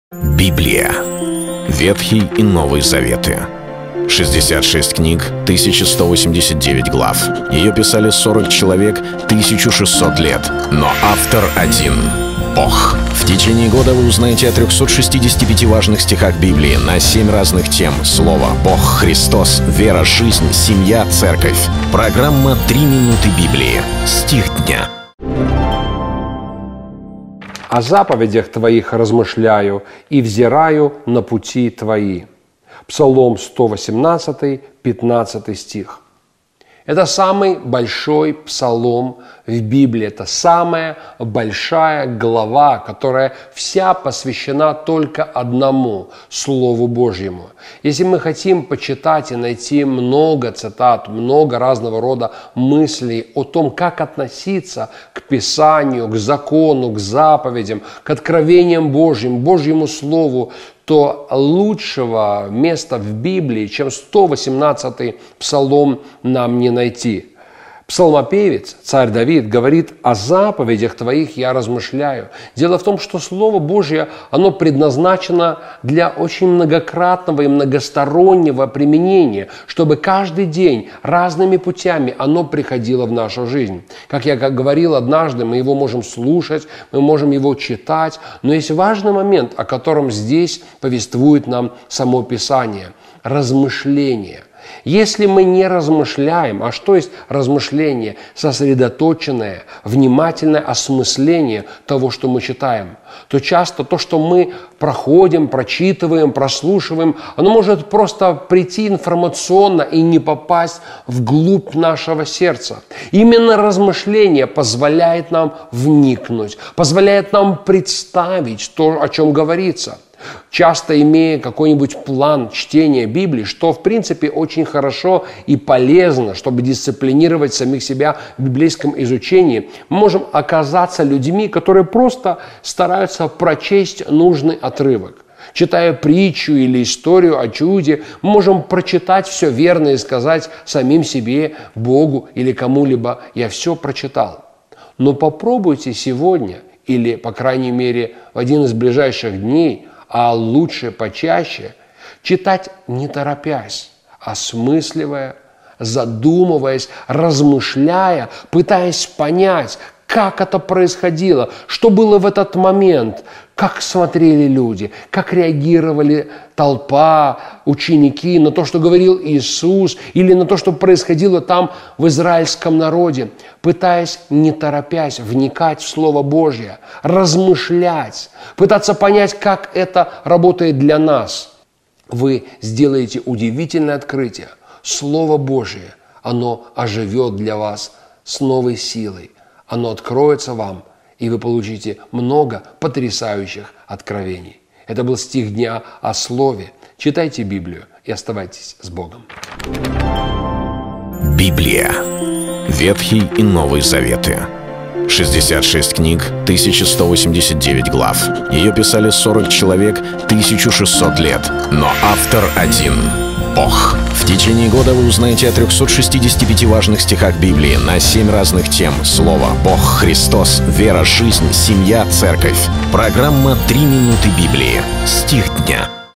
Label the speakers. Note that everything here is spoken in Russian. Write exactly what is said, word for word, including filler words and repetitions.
Speaker 1: Библия. Ветхий и Новый Заветы. шестьдесят шесть книг, тысяча сто восемьдесят девять глав. Ее писали сорок человек, тысяча шестьсот лет. Но автор один — Бог. В течение года вы узнаете о трёхстах шестидесяти пяти важных стихах Библии на семь разных тем. Слово, Бог, Христос, вера, жизнь, семья, церковь. Программа «Три минуты Библии». Стих дня.
Speaker 2: «О заповедях Твоих размышляю и взираю на пути Твои». Псалом сто восемнадцатый, пятнадцатый стих. Это самый большой псалом в Библии. Это самая большая глава, которая вся посвящена только одному – Слову Божьему. Если мы хотим почитать и найти много цитат, много разного рода мыслей о том, как относиться к Писанию, к закону, к заповедям, к откровениям Божьим, Божьему Слову, то лучшего места в Библии, чем сто восемнадцатый псалом, нам не найти. Псалмопевец, царь Давид, говорит: «О заповедях Твоих я размышляю». Дело в том, что Слово Божье, оно предназначено для очень многократного и многостороннего применения, чтобы каждый день разными путями оно приходило в нашу жизнь. Как я как говорил однажды, мы его можем слушать, мы можем его читать, но есть важный момент, о котором здесь повествует нам само Писание – размышление. Если мы не размышляем, а что есть размышление? Сосредоточенное, внимательное осмысление того, что мы читаем, то часто то, что мы проходим, прочитываем, прослушиваем, оно может просто прийти информационно и не попасть вглубь нашего сердца. Именно размышление позволяет нам вникнуть, позволяет нам представить то, о чем говорится. Часто имея какой-нибудь план чтения Библии, что в принципе очень хорошо и полезно, чтобы дисциплинировать самих себя в библейском изучении, мы можем оказаться людьми, которые просто стараются прочесть нужный отрывок. Читая притчу или историю о чуде, мы можем прочитать все верно и сказать самим себе, Богу или кому-либо: «Я все прочитал». Но попробуйте сегодня или, по крайней мере, в один из ближайших дней, а лучше почаще, читать не торопясь, осмысливая, задумываясь, размышляя, пытаясь понять, как это происходило, что было в этот момент, как смотрели люди, как реагировали толпа, ученики на то, что говорил Иисус, или на то, что происходило там в израильском народе, пытаясь, не торопясь, вникать в Слово Божье, размышлять, пытаться понять, как это работает для нас. Вы сделаете удивительное открытие. Слово Божье, оно оживет для вас с новой силой. Оно откроется вам, и вы получите много потрясающих откровений. Это был стих дня о Слове. Читайте Библию и оставайтесь с Богом.
Speaker 1: Библия. Ветхий и Новый Заветы. шестьдесят шесть книг, тысяча сто восемьдесят девять глав. Ее писали сорок человек, тысяча шестьсот лет. Но автор один — Бог. В течение года вы узнаете о трёхстах шестидесяти пяти важных стихах Библии на семь разных тем. Слово, Бог, Христос, вера, жизнь, семья, церковь. Программа «Три минуты Библии». Стих дня.